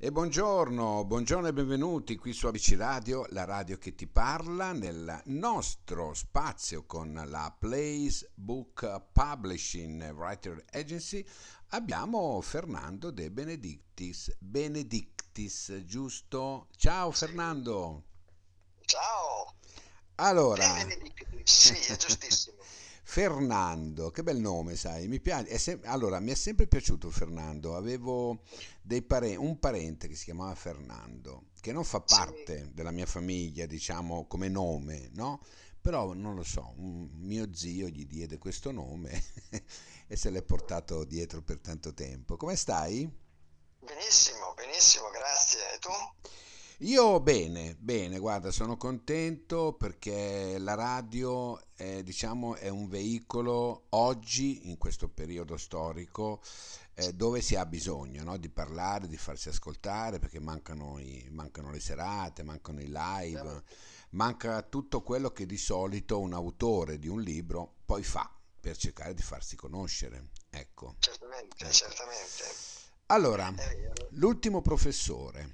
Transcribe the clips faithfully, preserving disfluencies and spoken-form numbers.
E buongiorno, buongiorno e benvenuti qui su A B C Radio, la radio che ti parla, nel nostro spazio con la Place Book Publishing Writer Agency. Abbiamo Fernando De Benedictis, Benedictis, giusto? Ciao Sì, Fernando. ciao, De Allora, Benedictis, sì, è giustissimo. Fernando, che bel nome, sai, mi piace. È sem- allora, mi è sempre piaciuto Fernando. Avevo dei pare- un parente che si chiamava Fernando, che non fa Sì, parte della mia famiglia, diciamo, come nome, no? Però non lo so, un mio zio gli diede questo nome e se l'è portato dietro per tanto tempo. Come stai? benissimo, benissimo, grazie. E tu? Io bene, bene, guarda, sono contento perché la radio è, diciamo, è un veicolo oggi, in questo periodo storico, eh, dove si ha bisogno, no? Di parlare, di farsi ascoltare, perché mancano, i- mancano le serate, mancano i live, Veramente. manca tutto quello che di solito un autore di un libro poi fa per cercare di farsi conoscere. Ecco, Certamente, ecco. certamente, Allora, è vero. l'ultimo professore.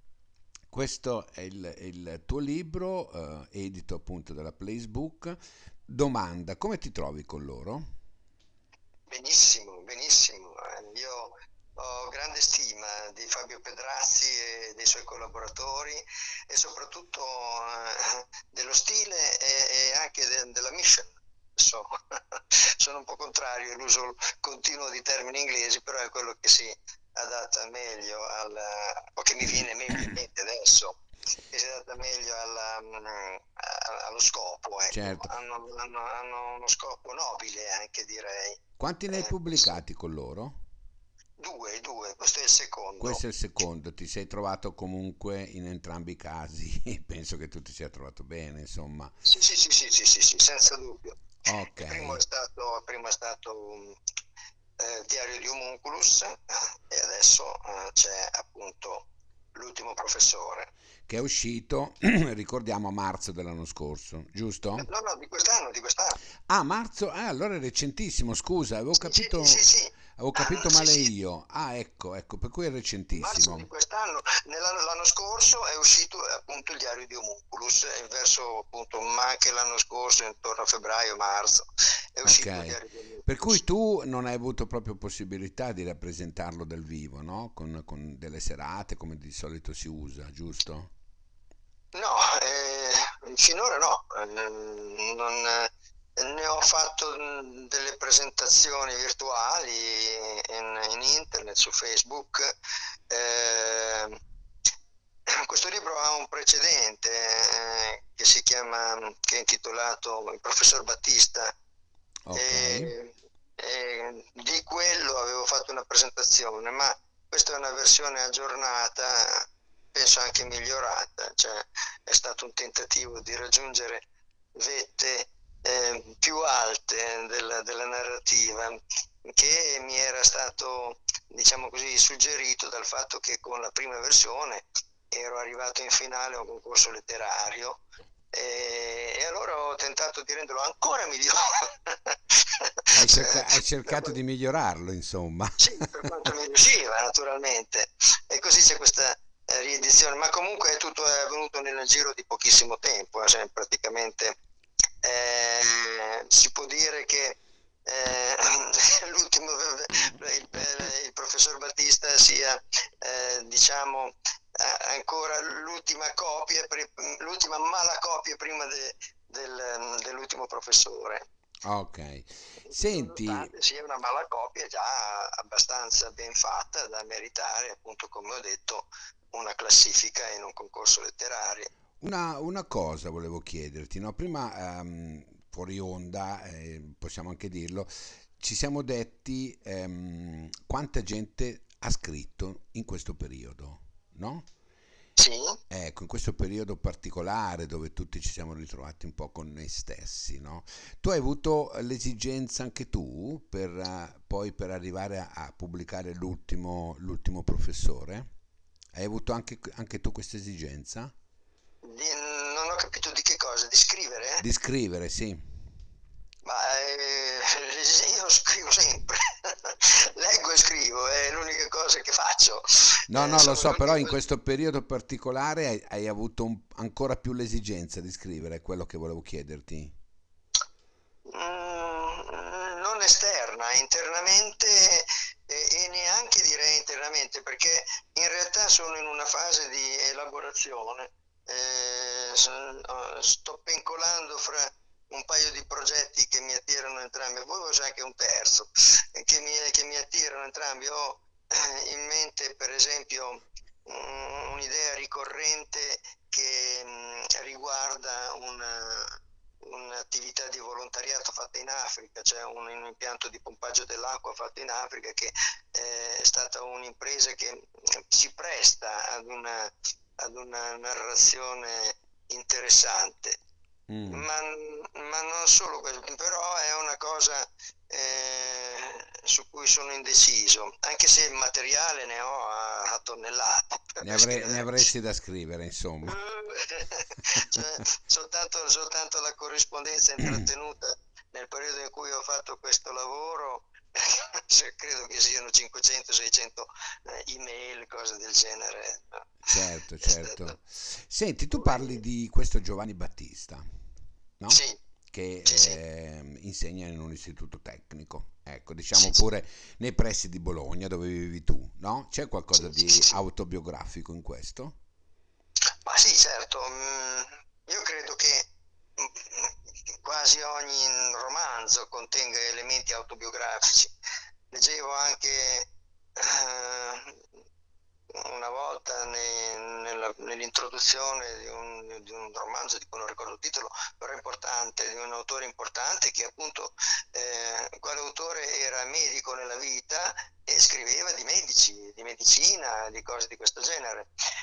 Questo è il, il tuo libro, eh, edito appunto dalla Placebook. Domanda, come ti trovi con loro? Benissimo, benissimo. Eh, Io ho grande stima di Fabio Pedrazzi e dei suoi collaboratori e soprattutto eh, dello stile e, e anche de- della mission. Adesso sono un po' contrario all'uso continuo di termini inglesi, però è quello che si adatta meglio al, o che mi viene meglio in mente adesso, che si adatta meglio alla, mm, a- allo scopo, ecco. Certo. Hanno, hanno- hanno uno scopo nobile anche, direi. Quanti ne hai Eh, questo- pubblicati con loro? due, due, questo è il Questo secondo. è il secondo, ti sei trovato comunque in entrambi i casi, penso che tu ti sia trovato bene, insomma. Sì, sì, sì, sì, sì, sì, sì, senza dubbio. Ok, Il primo è stato, il primo è stato um, eh, Diario di Homunculus eh, e adesso eh, c'è appunto l'ultimo professore. che è uscito, ricordiamo, a marzo dell'anno scorso, No, giusto? no, di quest'anno, di quest'anno. Ah, marzo? Ah, allora è recentissimo, scusa, avevo Sì, sì, sì, capito, sì. avevo Ah, capito sì, male sì, io. Ah, ecco, ecco, per cui è marzo di recentissimo. quest'anno. Nell'anno, l'anno scorso è uscito eh, appunto il Diario di Homunculus, e verso appunto, ma anche l'anno scorso, intorno a febbraio-marzo, è uscito il Ok, Diario di per cui Homunculus. tu non hai avuto proprio possibilità di rappresentarlo dal vivo, no? Con, con delle serate come di solito si usa, giusto? No, eh, finora no. Eh, non, eh, ne ho fatto mh, delle presentazioni virtuali in, in internet, su Facebook. Eh, questo libro ha un precedente eh, che si chiama, che è intitolato Il professor Battista, Ok, e, e di quello avevo fatto una presentazione, ma questa è una versione aggiornata, penso anche migliorata, cioè è stato un tentativo di raggiungere vette eh, più alte della, della narrativa, che mi era stato, diciamo così, suggerito dal fatto che con la prima versione ero arrivato in finale a un concorso letterario e, e allora ho tentato di renderlo ancora migliore. hai, cerca- hai per, cercato di migliorarlo, insomma. sì, per quanto mi riusciva, naturalmente. E così c'è questa eh, riedizione, ma comunque tutto è avvenuto nel giro di pochissimo tempo, eh, cioè praticamente eh, si può dire che eh, l'ultimo, il, il professor Battista sia, eh, diciamo, eh, ancora l'ultima copia, l'ultima mala copia prima de- del, dell'ultimo professore, Ok, senti, nonostante sia una mala copia già abbastanza ben fatta da meritare, appunto, come ho detto, una classifica in un concorso letterario. una, una cosa volevo chiederti, no? Prima, ehm, fuori onda, eh, possiamo anche dirlo, ci siamo detti ehm, quanta gente ha scritto in questo periodo, no? Sì, Ecco, in questo periodo particolare dove tutti ci siamo ritrovati un po' con noi stessi, no? Tu hai avuto l'esigenza anche tu per eh, poi per arrivare a, a pubblicare l'ultimo, l'ultimo professore? Hai avuto anche, anche tu questa esigenza? di- non ho capito di che cosa, di scrivere? Di scrivere, sì. Ma eh, io scrivo sempre, leggo e scrivo, è l'unica cosa cose che faccio. No, Eh, no, lo sono so, anche però in cose. questo periodo particolare hai, hai avuto un- ancora più l'esigenza di scrivere, è quello che volevo chiederti. Mm, non esterna, internamente e, e neanche direi internamente, perché in realtà sono in una fase di elaborazione. Eh, s- oh, sto pencolando fra un paio di progetti che mi attirano entrambi, poi c'è anche un terzo eh, che mi, che mi attirano entrambi. Ho eh, in mente, per esempio, un- un'idea ricorrente che mh, riguarda una un'attività di volontariato fatta in Africa, cioè un, un impianto di pompaggio dell'acqua fatto in Africa che eh, è stata un'impresa che mm, si presta ad una, ad una narrazione interessante. Mm. Ma, ma non solo questo, però è una cosa eh, su cui sono indeciso, anche se il materiale ne ho a, a tonnellate Ne per avrei- ne scrivere. avresti da scrivere, insomma. Cioè, soltanto, soltanto la corrispondenza intrattenuta nel periodo in cui ho fatto questo lavoro, se credo che siano cinquecento seicento eh, email, cose del genere. No? Certo, È stato... certo. Senti, tu parli di questo Giovanni Battista, no? Sì, Che sì, sì, eh, insegna in un istituto tecnico, ecco, diciamo sì, sì, pure nei pressi di Bologna dove vivi tu, no? C'è qualcosa sì, sì, di sì, sì. autobiografico in questo? Ma sì, certo, mm, io credo che mm, quasi ogni romanzo contenga elementi autobiografici. Leggevo anche eh, una volta ne- nella- nell'introduzione di un, di un romanzo di cui non ricordo il titolo, però importante, di un autore importante che appunto, eh, quale autore era medico nella vita e scriveva di medici, di medicina, di cose di questo genere.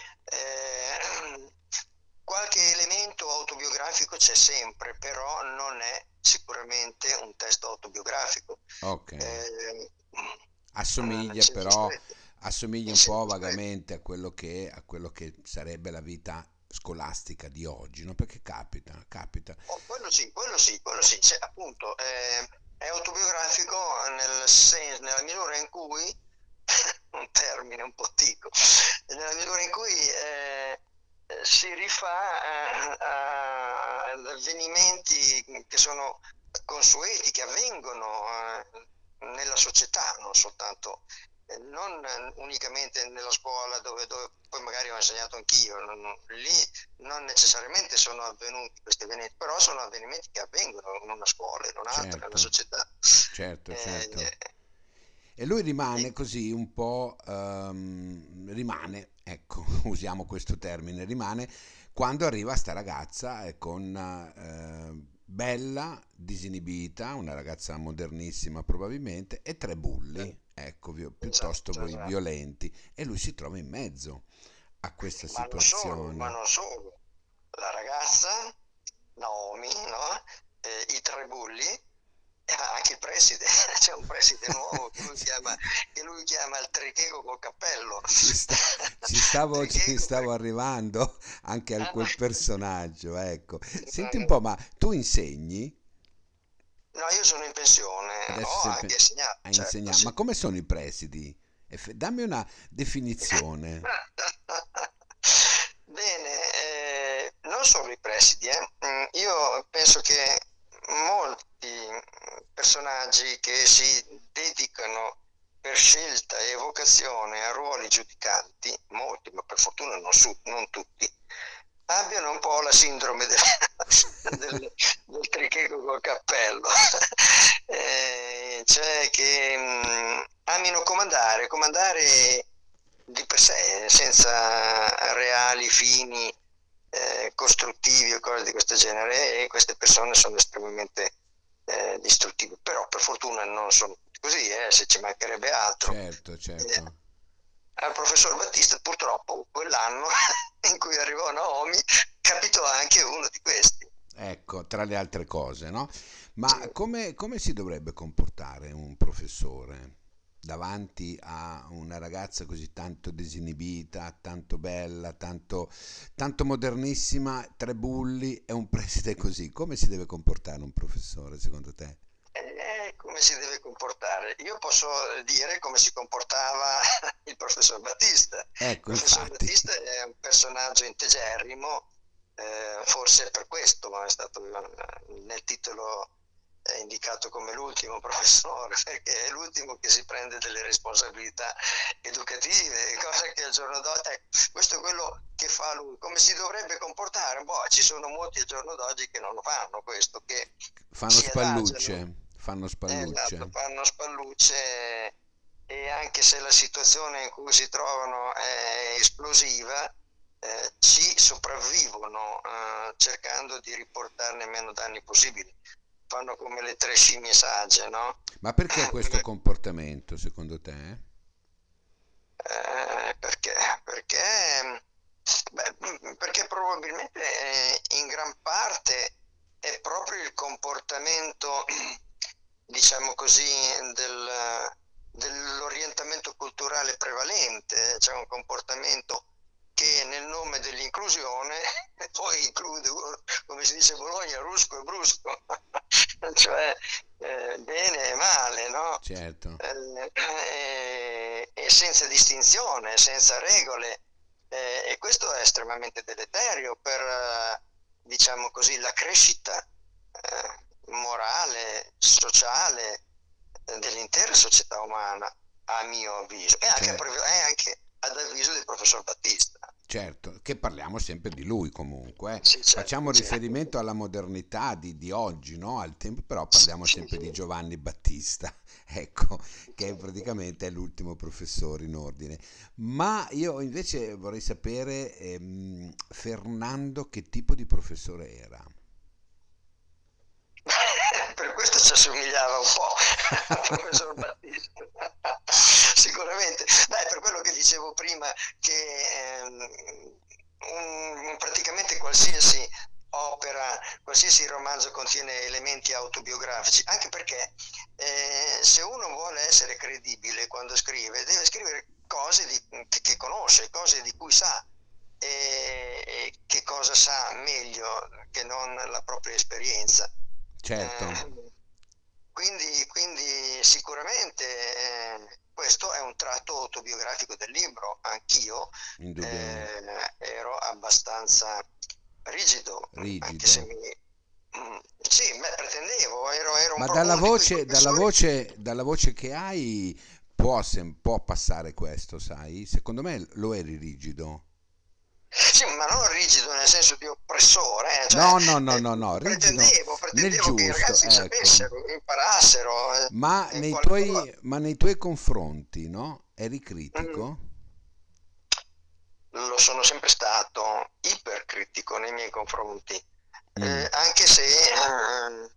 Eh, qualche elemento autobiografico c'è sempre, però non è sicuramente un testo autobiografico. Ok. Eh, nel Assomiglia senso però, stretto, assomiglia in un po' senso stretto. vagamente a quello che, a quello che sarebbe la vita scolastica di oggi, no? Perché capita, capita. Oh, quello sì, quello sì, quello sì, cioè, appunto, eh, è autobiografico nel sen- nella misura in cui, un termine un po' tico, nella misura in cui eh, eh, si rifà eh, a- ad avvenimenti che sono consueti, che avvengono eh, nella società, non soltanto, eh, non unicamente nella scuola dove, dove poi magari ho insegnato anch'io, non- non- lì non necessariamente sono avvenuti questi avvenimenti, però sono avvenimenti che avvengono in una scuola, in un'altra, nella Certo, società. certo, certo. Eh, E lui e- rimane così un po', ehm, rimane, ecco, usiamo questo termine, rimane quando arriva sta ragazza eh, con eh, bella, disinibita, una ragazza modernissima probabilmente, e tre bulli, ecco, vi- piuttosto esatto, voi esatto. violenti, e lui si trova in mezzo a questa Ma non solo, ma situazione. non solo. La ragazza, Naomi, no? Eh, i tre bulli, e anche il preside, c'è un preside nuovo che lui chiama, che lui chiama il tricheco col cappello. Ci, sta- ci stavo, ci Tricheco stavo perché... arrivando anche a Ah, quel personaggio, ecco. no, Senti un no. po', ma tu insegni? No, io sono in pensione, Adesso ho sempre anche insegnato, a certo, insegnare. sì. Ma come sono i presidi? Eff- Dammi una definizione. Bene, eh, non solo i presidi, eh. Mm, io penso che molti mm, personaggi che si dedicano per scelta e vocazione a ruoli giudicanti, molti, ma per fortuna non, su- non tutti, abbiano un po' la sindrome del, del, del tricheco col cappello, eh, cioè che mh, amino comandare, comandare di per sé, senza reali fini eh, costruttivi o cose di questo genere, e queste persone sono estremamente eh, distruttive. Però per fortuna non sono tutti così, eh, se ci mancherebbe altro. Certo, Eh, certo. al professor Battista purtroppo quell'anno in cui arrivò Naomi capitò anche uno di questi. Ecco, tra le altre cose, no? Sì. Ma come, come si dovrebbe comportare un professore davanti a una ragazza così tanto disinibita, tanto bella, tanto, tanto modernissima, tre bulli e un preside così? Come si deve comportare un professore, secondo te? Eh, come si deve comportare? Io posso dire come si comportava il professor Battista. Il Ecco, professor infatti. Battista è un personaggio integerrimo, eh, forse per questo è stato nel titolo è indicato come l'ultimo professore, perché è l'ultimo che si prende delle responsabilità educative, cosa che al giorno d'oggi, ecco, questo è quello che fa lui, come si dovrebbe comportare. Boh, ci sono molti al giorno d'oggi che non lo fanno questo, che Fanno si adagiano, spallucce, fanno eh, esatto, spallucce. fanno spallucce, e anche se la situazione in cui si trovano è esplosiva, eh, ci sopravvivono, eh, cercando di riportarne meno danni possibili. Fanno come le tre scimmie sagge, no? Ma perché questo comportamento, secondo te? Eh, perché? Perché, beh, perché probabilmente eh, in gran parte è proprio il comportamento, diciamo così, del, dell'orientamento culturale prevalente, cioè un comportamento che nel nome dell'inclusione poi include, come si dice a Bologna, rusco e brusco, cioè eh, bene e male, no? Certo. Eh, eh, e senza distinzione, senza regole, eh, e questo è estremamente deleterio per, eh, diciamo così, la crescita eh, morale, sociale eh, dell'intera società umana, a mio avviso, e anche, a, Cioè, prov- e anche ad avviso del professor Battista. certo, che parliamo sempre di lui comunque, eh. Sì, Facciamo certo, certo. riferimento alla modernità di, di oggi, no? Al tempo, però Sì, parliamo sì, sempre sì. di Giovanni Battista, ecco, che Certo. praticamente è l'ultimo professore in ordine. Ma io invece vorrei sapere, ehm, Fernando, che tipo di professore era? Per questo ci assomigliava un po' al professor Battista. Sicuramente. Beh, per quello che dicevo prima, che ehm, un- praticamente qualsiasi opera, qualsiasi romanzo contiene elementi autobiografici, anche perché eh, se uno vuole essere credibile quando scrive, deve scrivere cose di- che, che conosce, cose di cui sa. E, e che cosa sa meglio che non la propria esperienza. Certo, Eh, quindi, quindi sicuramente eh, questo è un tratto autobiografico del libro. Anch'io indubbiamente. eh, ero abbastanza rigido, anche se Rigido. mi... mm, sì, beh, pretendevo, ero, ero un Ma pro- dalla uno di quei voce, dalla professori. voce, dalla voce che hai può, sem- può passare questo, sai? Secondo me lo eri rigido. Sì, ma non rigido nel senso di oppressore, eh, cioè No, no, no, eh, no, no, rigido pretendevo, nel pretendevo che i giusto, ragazzi ecco. sapessero, imparassero eh, Ma eh, nei qualcosa. tuoi, ma nei tuoi confronti, no? Eri Mm, critico? lo sono sempre stato ipercritico nei miei confronti, Mm, eh, anche se eh,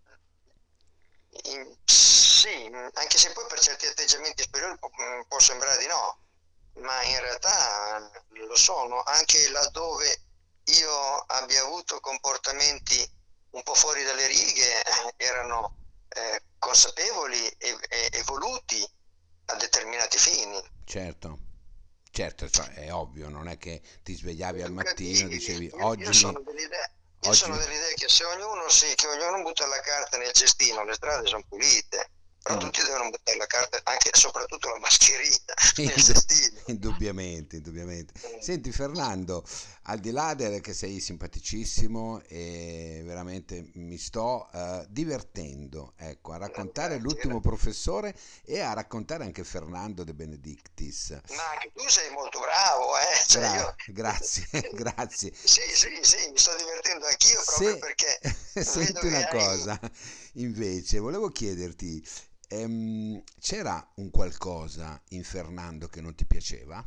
in- sì, anche se poi per certi atteggiamenti superiori può, può sembrare di no, ma in realtà eh, lo sono, anche laddove io abbia avuto comportamenti un po' fuori dalle righe, eh, erano eh, consapevoli e, e, e voluti a determinati fini. certo, certo, cioè, è ovvio, non è che ti svegliavi al mattino e Educativi. dicevi Io, io oggi mi... sono dell'idea, io sono Oggi... dell'idea che se ognuno, sì, che ognuno butta la carta nel cestino, le strade sono pulite, però Indu- tutti devono buttare la carta, anche e soprattutto la mascherina, nel Indu- cestino. indubbiamente, indubbiamente. Mm, Senti Fernando, al di là del che sei simpaticissimo e veramente mi sto eh, divertendo, ecco, a raccontare Grazie, l'ultimo grazie. professore e a raccontare anche Fernando De Benedictis. Ma anche tu sei molto bravo, eh? Cioè Gra- io... grazie, grazie. Sì, sì, sì, mi sto divertendo anch'io proprio Se perché vedo senti che una hai un... cosa, invece, volevo chiederti, ehm, c'era un qualcosa in Fernando che non ti piaceva?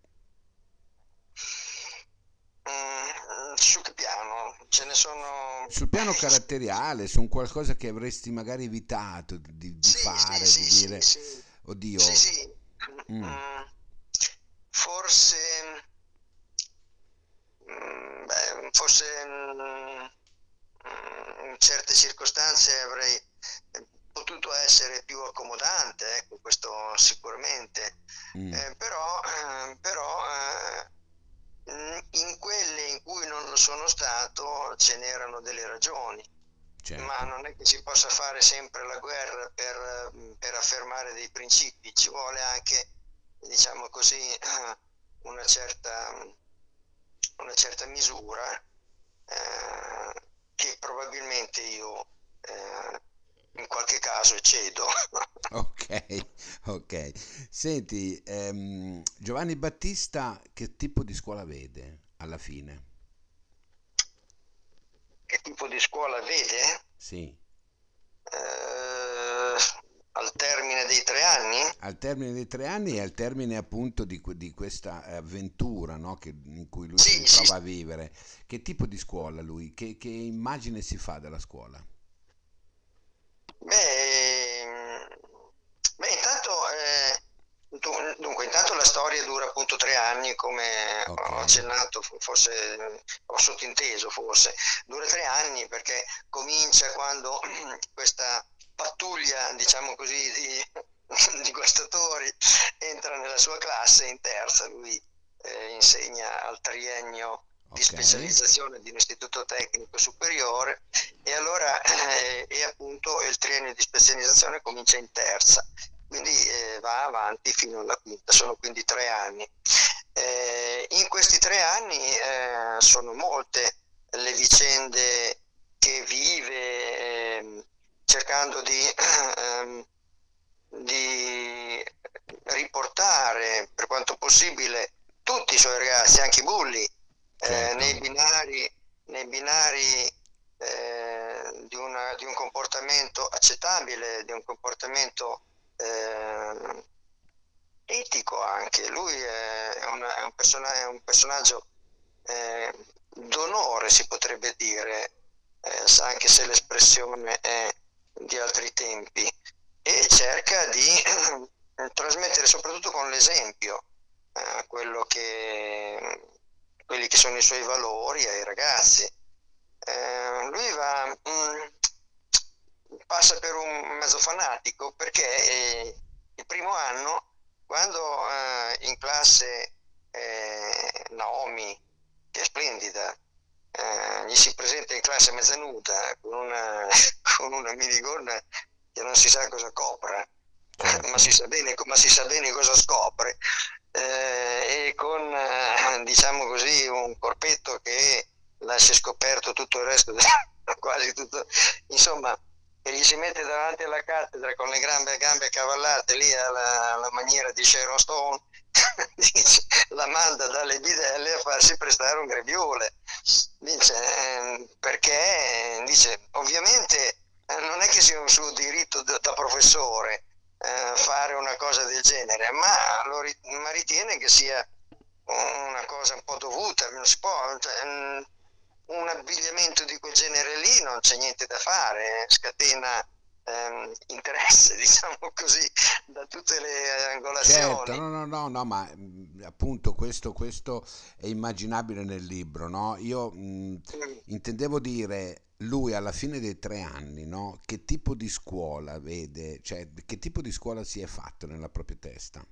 Mm, su che piano? Ce ne sono... Sul piano caratteriale, su un qualcosa che avresti magari evitato di, di Sì, sì, fare, di sì, sì, dire, sì, sì, oddio, sì. mm, Mm, forse, mm, beh, forse mm, mm, in certe circostanze avrei eh, potuto essere più accomodante, ecco, questo sicuramente. mm, Eh, però, eh, però eh, mm, in quelle in cui non lo sono stato ce n'erano delle ragioni. Ma certo, non è che si possa fare sempre la guerra per, per affermare dei principi, ci vuole anche diciamo così, una certa, una certa misura eh, che probabilmente io eh, in qualche caso eccedo. Ok, ok. Senti, ehm, Giovanni Battista che tipo di scuola vede alla fine? Che tipo di scuola vede? Sì, Eh, al termine dei tre anni? al termine dei tre anni e al termine appunto di, que- di questa eh, avventura, no, che- in cui lui si Sì, sì. ritrova a vivere. Che tipo di scuola lui? Che, che immagine si fa della scuola? Beh, mm, beh, intanto, eh, du- dunque, intanto la storia dura appunto tre anni, come Ok, ho accennato, fo- forse mm, ho sottinteso, forse. Dura tre anni perché comincia quando questa pattuglia, diciamo così, di, di guastatori entra nella sua classe in terza. Lui eh, insegna al triennio di ok, specializzazione di un istituto tecnico superiore e allora eh, e appunto il triennio di specializzazione comincia in terza, quindi eh, va avanti fino alla quinta, sono quindi tre anni. Eh, in questi tre anni eh, sono molte le vicende che vive, ehm, cercando di, ehm, di riportare per quanto possibile tutti i suoi ragazzi, anche i bulli, eh, certo, nei binari, nei binari eh, di, una, di un comportamento accettabile, di un comportamento eh, etico anche. Lui è, una- è un, persona- è un personaggio eh, d'onore, si potrebbe dire, eh, anche se l'espressione è di altri tempi, e cerca di trasmettere soprattutto con l'esempio eh, quello che, quelli che sono i suoi valori ai ragazzi. Eh, lui va, mh, passa per un mezzo fanatico perché eh, il primo anno, quando eh, in classe eh, Naomi, che è splendida, eh, gli si presenta in classe mezza nuda con una, con una minigonna che non si sa cosa copra, ma si certo, sa bene, ma si sa bene cosa scopre, eh, e con, eh, diciamo così, un corpetto che lascia scoperto tutto il resto, quasi tutto, insomma, che gli si mette davanti alla cattedra con le gambe, gambe accavallate lì alla, alla maniera di Sharon Stone, dice, la manda dalle bidelle a farsi prestare un greviole. Dice, ehm, perché dice, ovviamente eh, non è che sia un suo diritto da, da professore eh, fare una cosa del genere, ma, lo, ma ritiene che sia una cosa un po' dovuta, non si può, cioè, mm, un abbigliamento di quel genere lì non c'è niente da fare, eh, scatena ehm, interesse, diciamo così, da tutte le certo, angolazioni. no, no, no, no, ma mh, appunto questo, questo è immaginabile nel libro, no? Io mh, Mm. intendevo dire, lui alla fine dei tre anni, no? Che tipo di scuola vede, cioè che tipo di scuola si è fatto nella propria testa?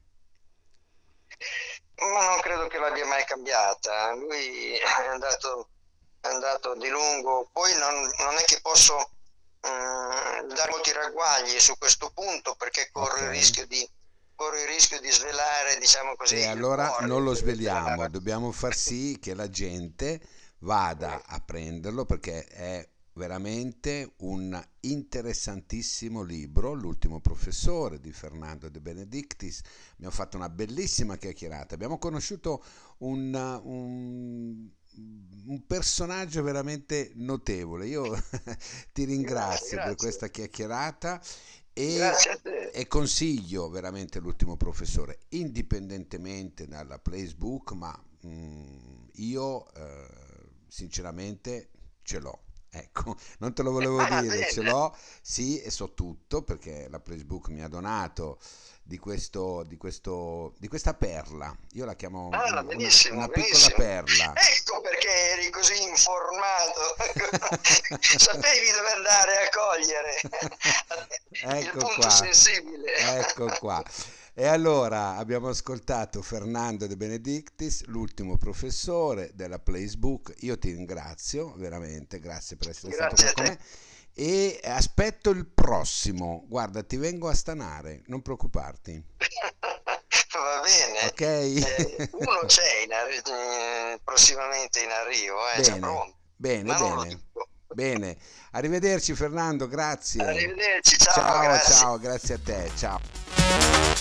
Ma non credo che l'abbia mai cambiata. Lui è andato, è andato di lungo. Poi non, non è che posso mm, dare molti ragguagli su questo punto perché Ok. corro il rischio di, corro il rischio di svelare, diciamo così, E il allora non cuore lo de- della sveliamo, narrazione. dobbiamo far sì che la gente vada a prenderlo perché è veramente un interessantissimo libro, L'ultimo professore di Fernando De Benedictis. Abbiamo fatto una bellissima chiacchierata, abbiamo conosciuto un, un, un personaggio veramente notevole. Io ti Grazie, ringrazio per grazie. questa chiacchierata e, Grazie a te. e consiglio veramente l'ultimo professore, indipendentemente dalla Placebook, ma mm, io eh, sinceramente ce l'ho. Ecco, non te lo volevo Ah, dire, ce bene. l'ho, sì, e so tutto perché la Placebook mi ha donato di, questo, di, questo, di questa perla. Io la chiamo Ah, una, benissimo, una piccola benissimo. perla. Ecco perché eri così informato. Sapevi dove andare a cogliere il Ecco punto qua, sensibile. ecco qua. E allora abbiamo ascoltato Fernando De Benedictis, l'ultimo professore della Placebook. Io ti ringrazio veramente, grazie per essere stato Grazie qua a con te. me e aspetto il prossimo. Guarda, ti vengo a stanare, non preoccuparti. Va Va bene, ok? eh, uno c'è in arri- eh, prossimamente in arrivo, eh, già Bene, pronto, bene, ma non lo bene, dico. bene. Arrivederci Fernando, grazie. Arrivederci, ciao, Ciao, grazie. ciao, grazie a te, ciao.